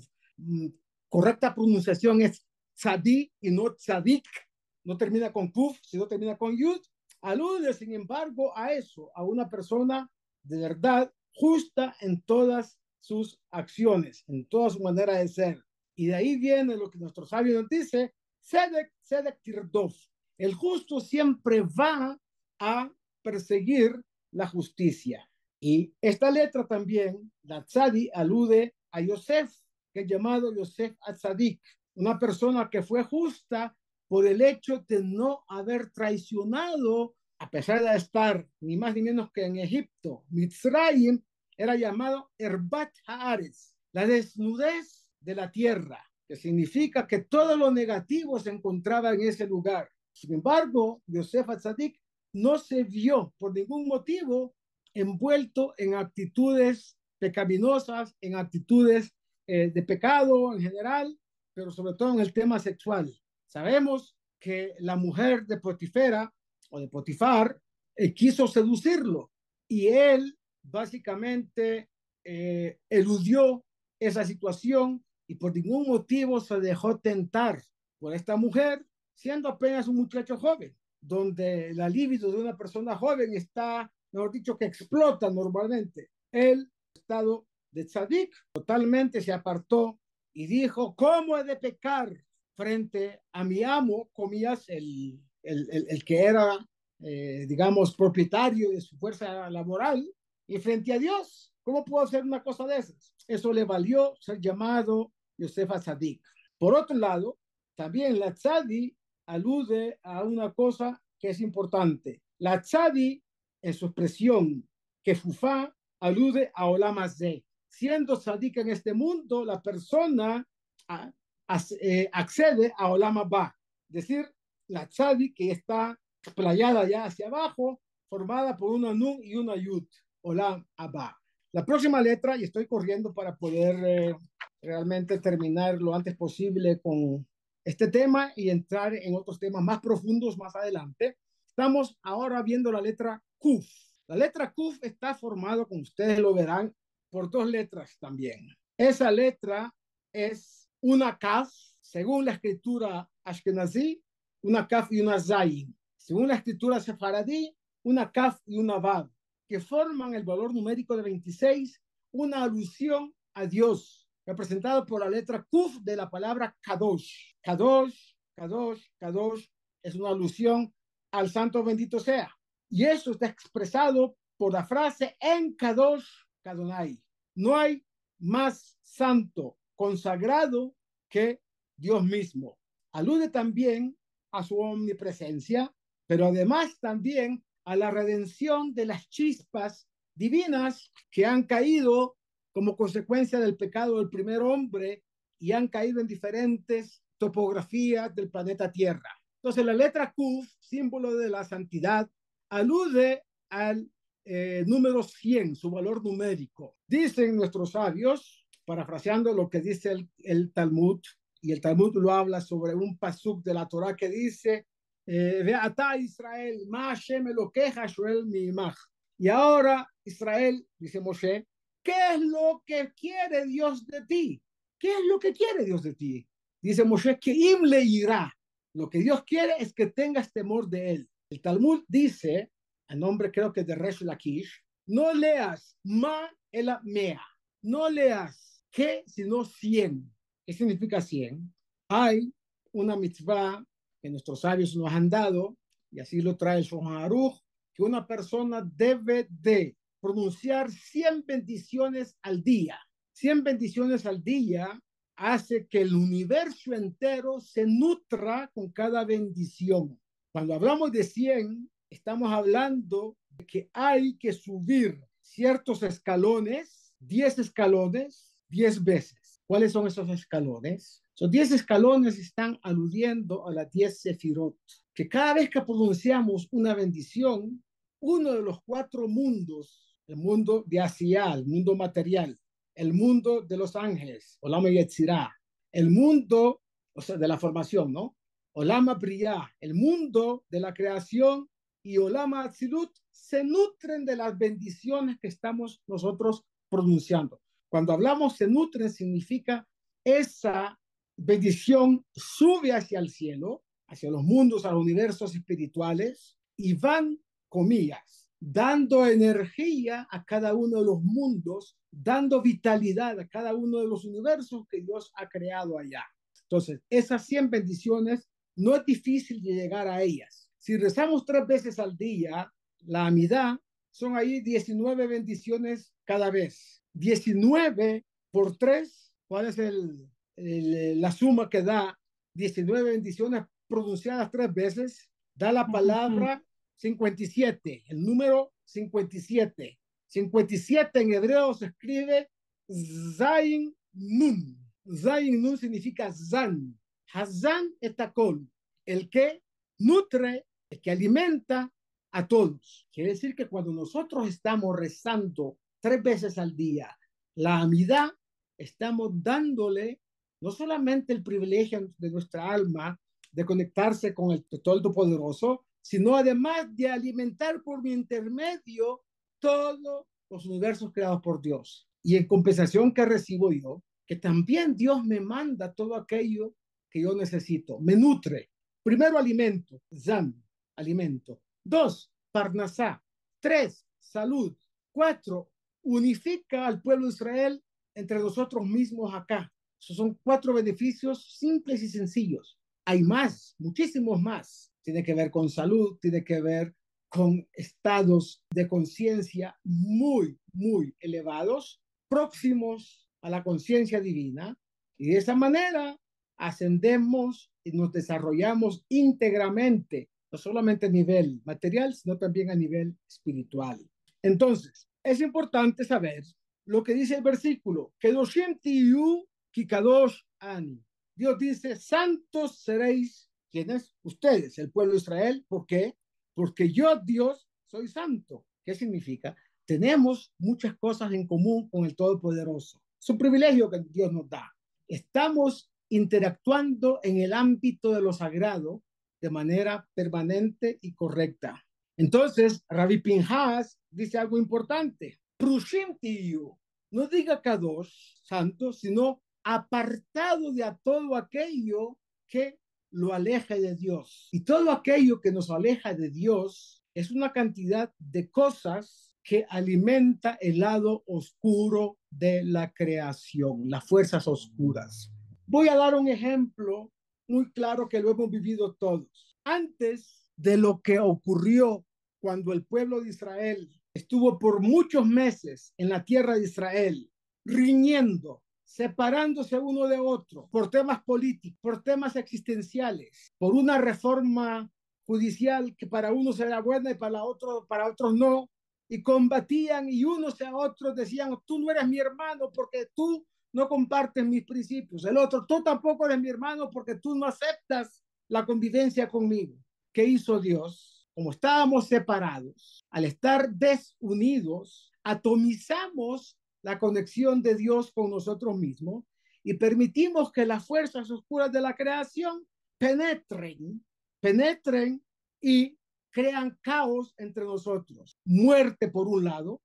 correcta pronunciación es tzadi y no tzadik, no termina con kuf, sino termina con yud, alude sin embargo a eso, a una persona de verdad justa en todas sus acciones, en toda su manera de ser. Y de ahí viene lo que nuestro sabio nos dice, Sedek, Sedek Tirdof. El justo siempre va a perseguir la justicia. Y esta letra también, la Tzadi, alude a Yosef, que es llamado Yosef Atzadik, una persona que fue justa por el hecho de no haber traicionado, a pesar de estar ni más ni menos que en Egipto. Mitzrayim era llamado Erbat Haaretz, la desnudez de la tierra, que significa que todo lo negativo se encontraba en ese lugar. Sin embargo, Yosef Atzadik no se vio por ningún motivo envuelto en actitudes pecaminosas, en actitudes de pecado en general, pero sobre todo en el tema sexual. Sabemos que la mujer de Potifera o de Potifar quiso seducirlo y él básicamente eludió esa situación y por ningún motivo se dejó tentar por esta mujer, siendo apenas un muchacho joven, donde la libido de una persona joven está, mejor dicho, que explota normalmente. El estado de Tzadik totalmente se apartó y dijo, ¿cómo he de pecar frente a mi amo, comillas, el que era, digamos, propietario de su fuerza laboral, y frente a Dios? ¿Cómo puedo hacer una cosa de esas? Eso le valió ser llamado Yosef Atzadik. Por otro lado, también la Tzadi alude a una cosa que es importante. La Tzadi, en su expresión Kefufá, alude a Olam Hazeh. Siendo Tzadik en este mundo, la persona accede a Olam Haba. Es decir, la Tzadi que está explayada ya hacia abajo, formada por una Nun y una Yud, Olam Haba. La próxima letra, y estoy corriendo para poder realmente terminar lo antes posible con este tema y entrar en otros temas más profundos más adelante. Estamos ahora viendo la letra Kuf. La letra Kuf está formada, como ustedes lo verán, por dos letras también. Esa letra es una Kaf, según la escritura Ashkenazí, una Kaf y una Zayin. Según la escritura Sefaradí, una Kaf y una Vav, que forman el valor numérico de 26, una alusión a Dios, representado por la letra Kuf de la palabra Kadosh. Kadosh, Kadosh, Kadosh es una alusión al santo bendito sea. Y eso está expresado por la frase en Kadosh Kadonai. No hay más santo, consagrado que Dios mismo. Alude también a su omnipresencia, pero además también a la redención de las chispas divinas que han caído como consecuencia del pecado del primer hombre y han caído en diferentes topografías del planeta Tierra. Entonces la letra Kuf, símbolo de la santidad, alude al número 100, su valor numérico. Dicen nuestros sabios, parafraseando lo que dice el Talmud, y el Talmud lo habla sobre un pasuk de la Torah que dice, Ve'ata Israel, ma Hashem Elokeja shoel mi'imach. Y ahora Israel, dice Moshe, ¿qué es lo que quiere Dios de ti? ¿Qué es lo que quiere Dios de ti? Dice Moshe que im le irá. Lo que Dios quiere es que tengas temor de él. El Talmud dice, a nombre creo que de Resh Lakish, no leas ma ela mea. No leas que sino 100. ¿Qué significa 100? Hay una mitzvah que nuestros sabios nos han dado, y así lo trae el Shulchan Aruch, que una persona debe de pronunciar 100 bendiciones al día. 100 bendiciones al día hace que el universo entero se nutra con cada bendición. Cuando hablamos de 100, estamos hablando de que hay que subir ciertos escalones, 10 escalones, 10 veces. ¿Cuáles son esos escalones? Esos 10 escalones están aludiendo a las 10 sefirot, que cada vez que pronunciamos una bendición, uno de los 4 mundos, el mundo de Asiyah, el mundo material, el mundo de los ángeles, Olam Yetzirah, el mundo, o sea, de la formación, ¿no? Olam Briah, el mundo de la creación, y Olam Atzilut se nutren de las bendiciones que estamos nosotros pronunciando. Cuando hablamos se nutren, significa esa bendición sube hacia el cielo, hacia los mundos, a los universos espirituales, y van, comillas, dando energía a cada uno de los mundos, dando vitalidad a cada uno de los universos que Dios ha creado allá. Entonces, esas 100 bendiciones no es difícil de llegar a ellas. Si rezamos 3 veces al día, la amidad, son ahí 19 bendiciones cada vez. 19 por 3, ¿cuál es la suma que da 19 bendiciones pronunciadas 3 veces? Da la palabra 57, el número 57. 57 en hebreo se escribe Zain Nun. Zain Nun significa Zan. Hazan etakol, el que nutre, el que alimenta a todos. Quiere decir que cuando nosotros estamos rezando 3 veces al día, la amidad, estamos dándole no solamente el privilegio de nuestra alma de conectarse con el Todopoderoso, sino además de alimentar por mi intermedio todos los universos creados por Dios. Y en compensación que recibo yo, que también Dios me manda todo aquello que yo necesito, me nutre. Primero, alimento, zan, alimento. 2, parnasá. 3, salud. 4, unifica al pueblo de Israel entre nosotros mismos acá. Esos son 4 beneficios simples y sencillos. Hay más, muchísimos más. Tiene que ver con salud, tiene que ver con estados de conciencia muy, muy elevados, próximos a la conciencia divina. Y de esa manera ascendemos y nos desarrollamos íntegramente, no solamente a nivel material, sino también a nivel espiritual. Entonces, es importante saber lo que dice el versículo, Kedoshim tiyu kikadosh ani. Dios dice, santos seréis, ¿quiénes? Ustedes, el pueblo de Israel. ¿Por qué? Porque yo, Dios, soy santo. ¿Qué significa? Tenemos muchas cosas en común con el Todopoderoso. Es un privilegio que Dios nos da. Estamos interactuando en el ámbito de lo sagrado de manera permanente y correcta. Entonces, Rabbi Pinhas dice algo importante. Prushim tiyu. No diga Kadosh, santo, sino apartado de a todo aquello que lo aleja de Dios. Y todo aquello que nos aleja de Dios es una cantidad de cosas que alimenta el lado oscuro de la creación, las fuerzas oscuras. Voy a dar un ejemplo muy claro que lo hemos vivido todos. Antes de lo que ocurrió cuando el pueblo de Israel estuvo por muchos meses en la tierra de Israel, riñendo, separándose uno de otro por temas políticos, por temas existenciales, por una reforma judicial que para unos era buena y para otros no, y combatían y unos a otros decían, tú no eres mi hermano porque tú no compartes mis principios. El otro, tú tampoco eres mi hermano porque tú no aceptas la convivencia conmigo. ¿Qué hizo Dios? Como estábamos separados, al estar desunidos, atomizamos la conexión de Dios con nosotros mismos y permitimos que las fuerzas oscuras de la creación penetren y crean caos entre nosotros. Muerte por un lado,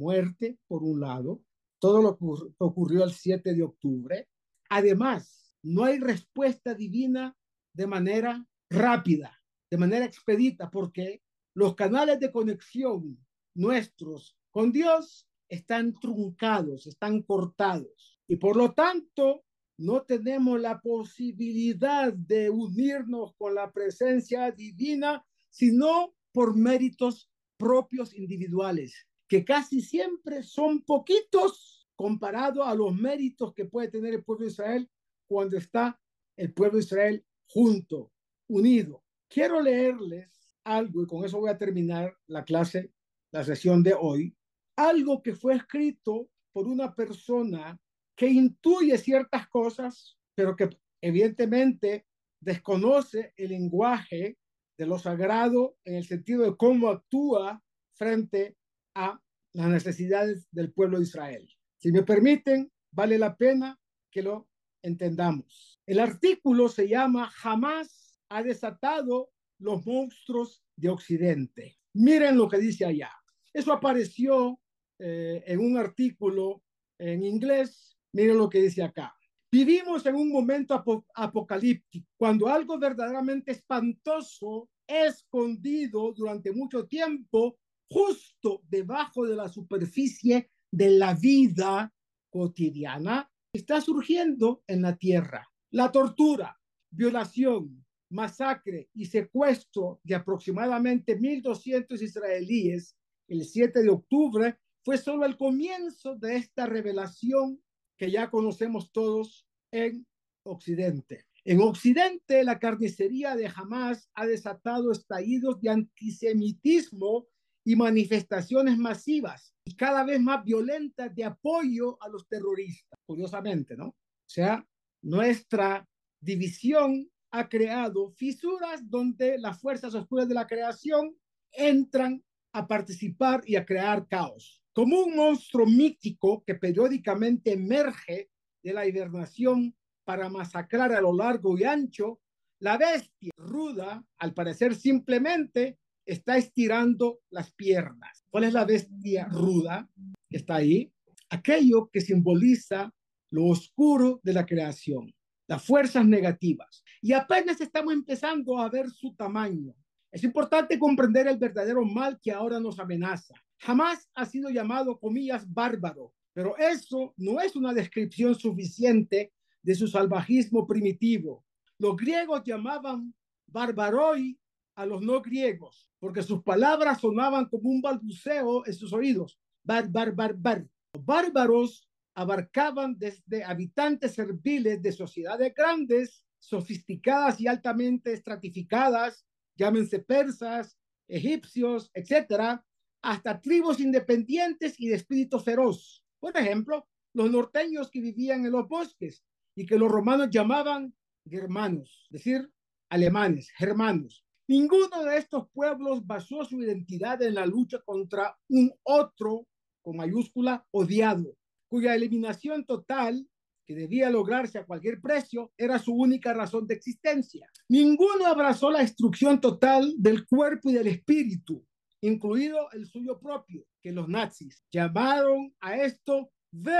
todo lo que ocurrió el 7 de octubre. Además, no hay respuesta divina de manera rápida, de manera expedita, porque los canales de conexión nuestros con Dios están truncados, están cortados. Y por lo tanto, no tenemos la posibilidad de unirnos con la presencia divina, sino por méritos propios individuales, que casi siempre son poquitos comparado a los méritos que puede tener el pueblo de Israel cuando está el pueblo de Israel junto, unido. Quiero leerles algo, y con eso voy a terminar la clase, la sesión de hoy, algo que fue escrito por una persona que intuye ciertas cosas, pero que evidentemente desconoce el lenguaje de lo sagrado en el sentido de cómo actúa frente a las necesidades del pueblo de Israel. Si me permiten, vale la pena que lo entendamos. El artículo se llama Jamás ha desatado los monstruos de Occidente. Miren lo que dice allá. Eso apareció en un artículo en inglés. Miren lo que dice acá. Vivimos en un momento apocalíptico, cuando algo verdaderamente espantoso, escondido durante mucho tiempo, justo debajo de la superficie de la vida cotidiana, está surgiendo en la tierra. La tortura, violación, masacre y secuestro de aproximadamente 1.200 israelíes el 7 de octubre fue solo el comienzo de esta revelación que ya conocemos todos en Occidente. En Occidente, la carnicería de Hamás ha desatado estallidos de antisemitismo y manifestaciones masivas y cada vez más violentas de apoyo a los terroristas, curiosamente, ¿no? O sea, nuestra división ha creado fisuras donde las fuerzas oscuras de la creación entran a participar y a crear caos. Como un monstruo mítico que periódicamente emerge de la hibernación para masacrar a lo largo y ancho, la bestia ruda, al parecer simplemente, está estirando las piernas. ¿Cuál es la bestia ruda que está ahí? Aquello que simboliza lo oscuro de la creación, las fuerzas negativas. Y apenas estamos empezando a ver su tamaño. Es importante comprender el verdadero mal que ahora nos amenaza. Jamás ha sido llamado, comillas, bárbaro, pero eso no es una descripción suficiente de su salvajismo primitivo. Los griegos llamaban barbaroi a los no griegos, porque sus palabras sonaban como un balbuceo en sus oídos. Bar, bar, bar, bar. Los bárbaros abarcaban desde habitantes serviles de sociedades grandes, sofisticadas y altamente estratificadas, llámense persas, egipcios, etcétera, hasta tribus independientes y de espíritu feroz. Por ejemplo, los norteños que vivían en los bosques y que los romanos llamaban germanos, es decir, alemanes, germanos. Ninguno de estos pueblos basó su identidad en la lucha contra un otro, con mayúscula, odiado, cuya eliminación total, que debía lograrse a cualquier precio, era su única razón de existencia. Ninguno abrazó la destrucción total del cuerpo y del espíritu, incluido el suyo propio, que los nazis llamaron a esto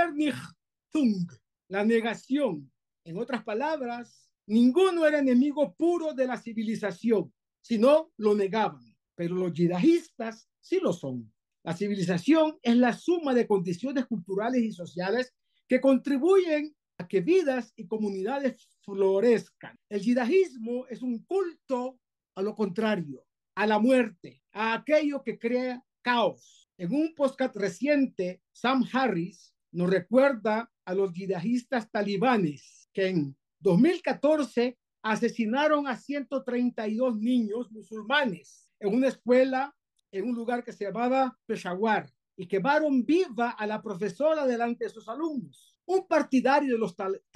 Vernichtung, la negación. En otras palabras, ninguno era enemigo puro de la civilización, sino lo negaban. Pero los yihadistas sí lo son. La civilización es la suma de condiciones culturales y sociales que contribuyen a que vidas y comunidades florezcan. El yihadismo es un culto a lo contrario, a la muerte, a aquello que crea caos. En un podcast reciente, Sam Harris nos recuerda a los yihadistas talibanes que en 2014 asesinaron a 132 niños musulmanes en una escuela en un lugar que se llamaba Peshawar y quemaron viva a la profesora delante de sus alumnos. Un partidario de los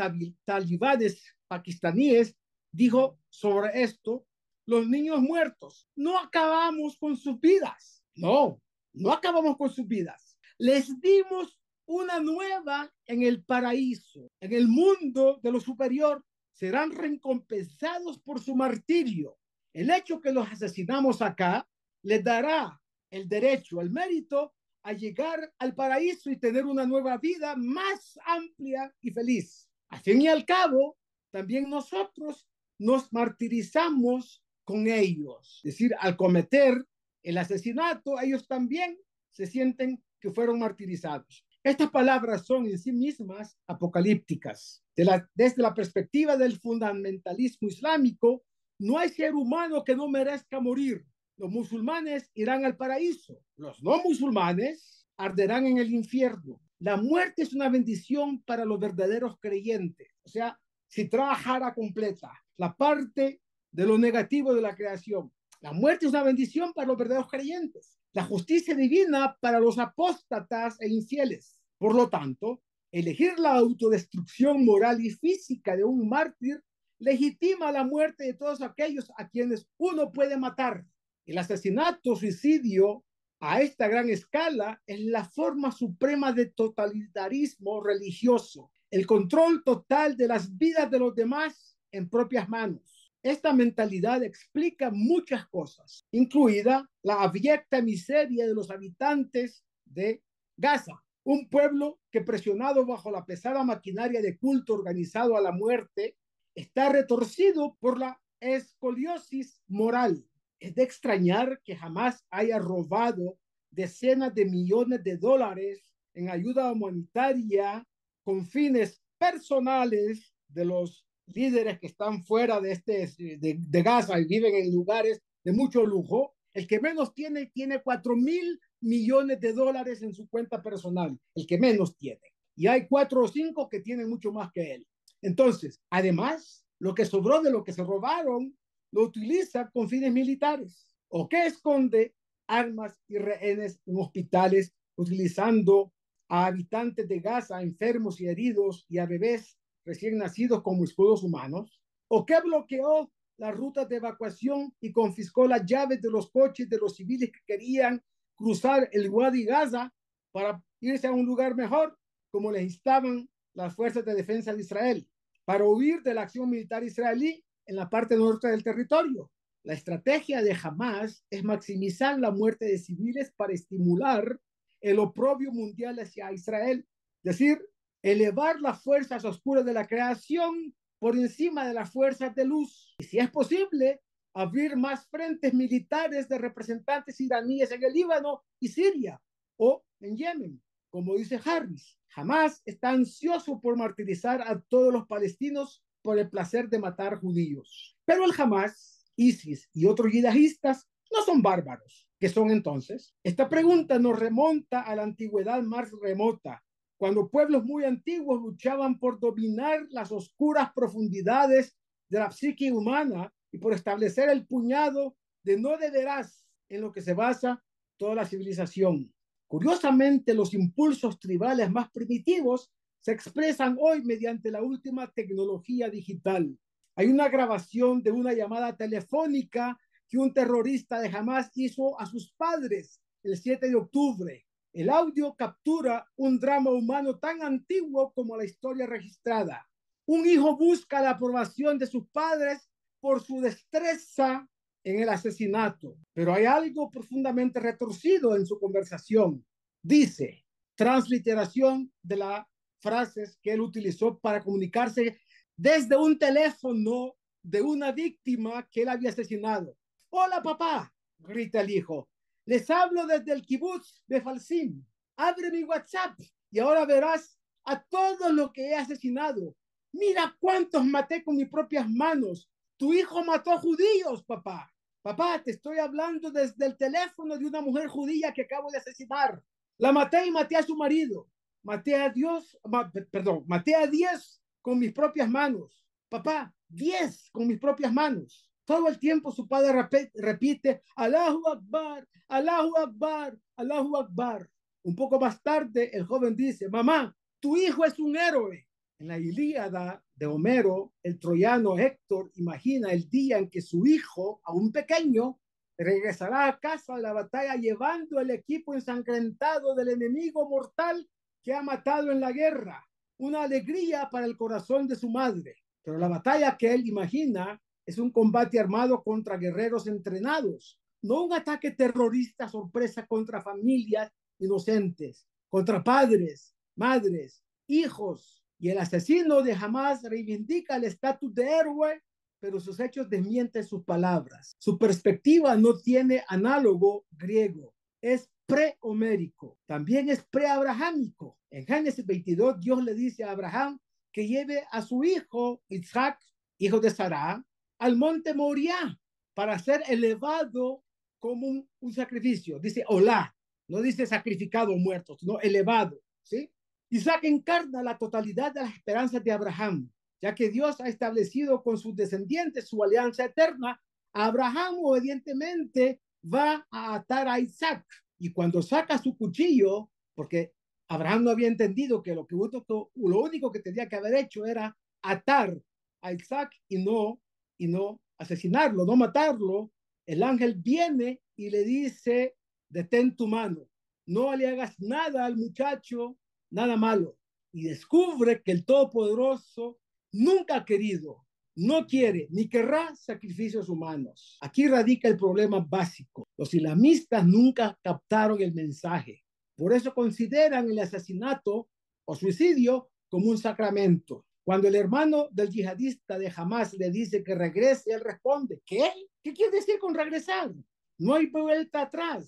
talibanes pakistaníes dijo sobre esto: los niños muertos, no acabamos con sus vidas. No, no acabamos con sus vidas. Les dimos una nueva en el paraíso, en el mundo de lo superior. Serán recompensados por su martirio. El hecho que los asesinamos acá les dará el derecho, el mérito a llegar al paraíso y tener una nueva vida más amplia y feliz. Al fin y al cabo, también nosotros nos martirizamos con ellos. Es decir, al cometer el asesinato, ellos también se sienten que fueron martirizados. Estas palabras son en sí mismas apocalípticas. Desde la perspectiva del fundamentalismo islámico, no hay ser humano que no merezca morir. Los musulmanes irán al paraíso. Los no musulmanes arderán en el infierno. La muerte es una bendición para los verdaderos creyentes. O sea, si trabajara completa la parte de lo negativo de la creación. La muerte es una bendición para los verdaderos creyentes. La justicia divina para los apóstatas e infieles. Por lo tanto, elegir la autodestrucción moral y física de un mártir legitima la muerte de todos aquellos a quienes uno puede matar. El asesinato, suicidio a esta gran escala es la forma suprema de totalitarismo religioso, el control total de las vidas de los demás en propias manos. Esta mentalidad explica muchas cosas, incluida la abyecta miseria de los habitantes de Gaza, un pueblo que, presionado bajo la pesada maquinaria de culto organizado a la muerte, está retorcido por la escoliosis moral. Es de extrañar que jamás haya robado decenas de millones de dólares en ayuda humanitaria con fines personales de los líderes que están fuera de Gaza y viven en lugares de mucho lujo. El que menos tiene 4.000 millones de dólares en su cuenta personal, el que menos tiene. Y hay 4 o 5 que tienen mucho más que él. Entonces, además, lo que sobró de lo que se robaron, lo utiliza con fines militares. ¿O qué esconde? Armas y rehenes en hospitales, utilizando a habitantes de Gaza, enfermos y heridos, y a bebés recién nacidos como escudos humanos. ¿O qué bloqueó las rutas de evacuación y confiscó las llaves de los coches de los civiles que querían cruzar el Wadi Gaza para irse a un lugar mejor, como les instaban las fuerzas de defensa de Israel, para huir de la acción militar israelí en la parte norte del territorio? La estrategia de Hamás es maximizar la muerte de civiles para estimular el oprobio mundial hacia Israel, es decir, elevar las fuerzas oscuras de la creación por encima de las fuerzas de luz. Y si es posible, abrir más frentes militares de representantes iraníes en el Líbano y Siria o en Yemen, como dice Harris. Hamás está ansioso por martirizar a todos los palestinos por el placer de matar judíos. Pero el Hamás, ISIS y otros yihadistas no son bárbaros. ¿Qué son entonces? Esta pregunta nos remonta a la antigüedad más remota, cuando pueblos muy antiguos luchaban por dominar las oscuras profundidades de la psique humana y por establecer el puñado de no deberás en lo que se basa toda la civilización. Curiosamente, los impulsos tribales más primitivos se expresan hoy mediante la última tecnología digital. Hay una grabación de una llamada telefónica que un terrorista de Hamás hizo a sus padres el 7 de octubre. El audio captura un drama humano tan antiguo como la historia registrada. Un hijo busca la aprobación de sus padres por su destreza en el asesinato, pero hay algo profundamente retorcido en su conversación. Dice, transliteración de las frases que él utilizó para comunicarse desde un teléfono de una víctima que él había asesinado. Hola, papá, grita el hijo. Les hablo desde el kibutz de Falsim. Abre mi WhatsApp y ahora verás a todos los que he asesinado. Mira cuántos maté con mis propias manos. Tu hijo mató judíos, papá. Papá, te estoy hablando desde el teléfono de una mujer judía que acabo de asesinar. La maté y maté a su marido. Maté a 10 con mis propias manos. Papá, 10 con mis propias manos. Todo el tiempo su padre repite, Allahu Akbar, Allahu Akbar, Allahu Akbar. Un poco más tarde, el joven dice, mamá, tu hijo es un héroe. En la Ilíada de Homero, el troyano Héctor imagina el día en que su hijo, aún pequeño, regresará a casa de la batalla llevando el equipo ensangrentado del enemigo mortal que ha matado en la guerra. Una alegría para el corazón de su madre. Pero la batalla que él imagina es un combate armado contra guerreros entrenados, no un ataque terrorista sorpresa contra familias inocentes, contra padres, madres, hijos. Y el asesino de Hamás reivindica el estatus de héroe, pero sus hechos desmienten sus palabras. Su perspectiva no tiene análogo griego, es prehomérico, también es preabrahámico. En Génesis 22, Dios le dice a Abraham que lleve a su hijo Isaac, hijo de Sará, al monte Moriah para ser elevado como un sacrificio. Dice olá, no dice sacrificado o muerto, sino elevado, ¿sí? Isaac encarna la totalidad de las esperanzas de Abraham, ya que Dios ha establecido con sus descendientes su alianza eterna. Abraham obedientemente va a atar a Isaac, y cuando saca su cuchillo, porque Abraham no había entendido que lo único que tenía que haber hecho era atar a Isaac y no asesinarlo, no matarlo, el ángel viene y le dice, detén tu mano, no le hagas nada al muchacho, nada malo. Y descubre que el Todopoderoso nunca ha querido, no quiere ni querrá sacrificios humanos. Aquí radica el problema básico. Los islamistas nunca captaron el mensaje. Por eso consideran el asesinato o suicidio como un sacramento. Cuando el hermano del yihadista de Hamás le dice que regrese, él responde, ¿qué? ¿Qué quiere decir con regresar? No hay vuelta atrás.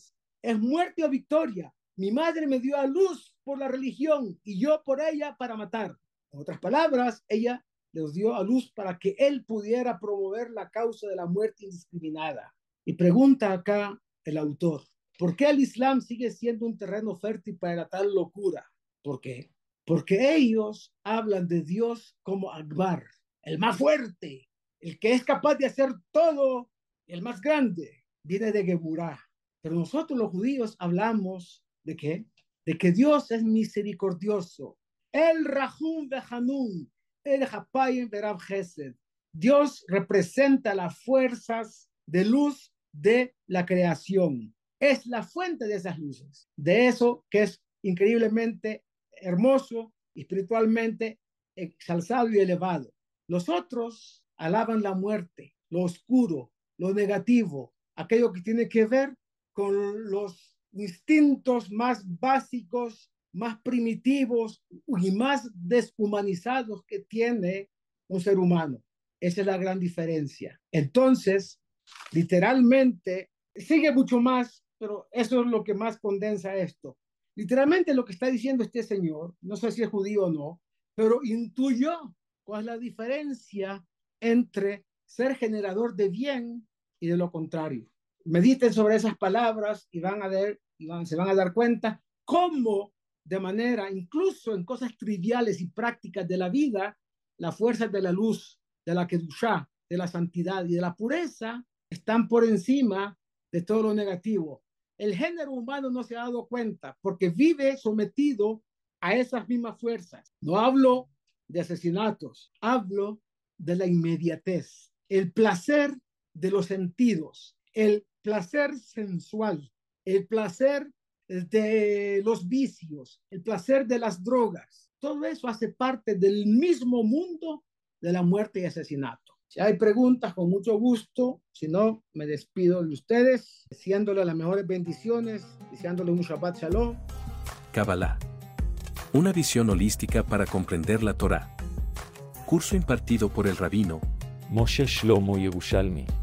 es muerte o victoria. Mi madre me dio a luz por la religión y yo por ella para matar. En otras palabras, ella les dio a luz para que él pudiera promover la causa de la muerte indiscriminada. Y pregunta acá el autor, ¿por qué el Islam sigue siendo un terreno fértil para tal locura? ¿Por qué? Porque ellos hablan de Dios como Akbar, el más fuerte, el que es capaz de hacer todo, el más grande. Viene de Geburah. Pero nosotros los judíos hablamos ¿de qué? De que Dios es misericordioso. El Rahum Behanun, el Hapayim Berab Gesed. Dios representa las fuerzas de luz de la creación. Es la fuente de esas luces, de eso que es increíblemente hermoso, espiritualmente exaltado y elevado. Los otros alaban la muerte, lo oscuro, lo negativo, aquello que tiene que ver con los instintos más básicos, más primitivos y más deshumanizados que tiene un ser humano. Esa es la gran diferencia. Entonces, literalmente, sigue mucho más, pero eso es lo que más condensa esto. Literalmente lo que está diciendo este señor, no sé si es judío o no, pero intuyó cuál es la diferencia entre ser generador de bien y de lo contrario. Mediten sobre esas palabras y se van a dar cuenta cómo de manera, incluso en cosas triviales y prácticas de la vida, las fuerzas de la luz, de la kedushá, de la santidad y de la pureza están por encima de todo lo negativo. El género humano no se ha dado cuenta porque vive sometido a esas mismas fuerzas. No hablo de asesinatos, hablo de la inmediatez, el placer de los sentidos, el placer sensual, el placer de los vicios, el placer de las drogas. Todo eso hace parte del mismo mundo de la muerte y asesinato. Si hay preguntas, con mucho gusto. Si no, me despido de ustedes, deseándole las mejores bendiciones, deseándole un Shabbat Shalom. Kabbalah. Una visión holística para comprender la Torá. Curso impartido por el rabino Moshe Shlomo Yerushalmi.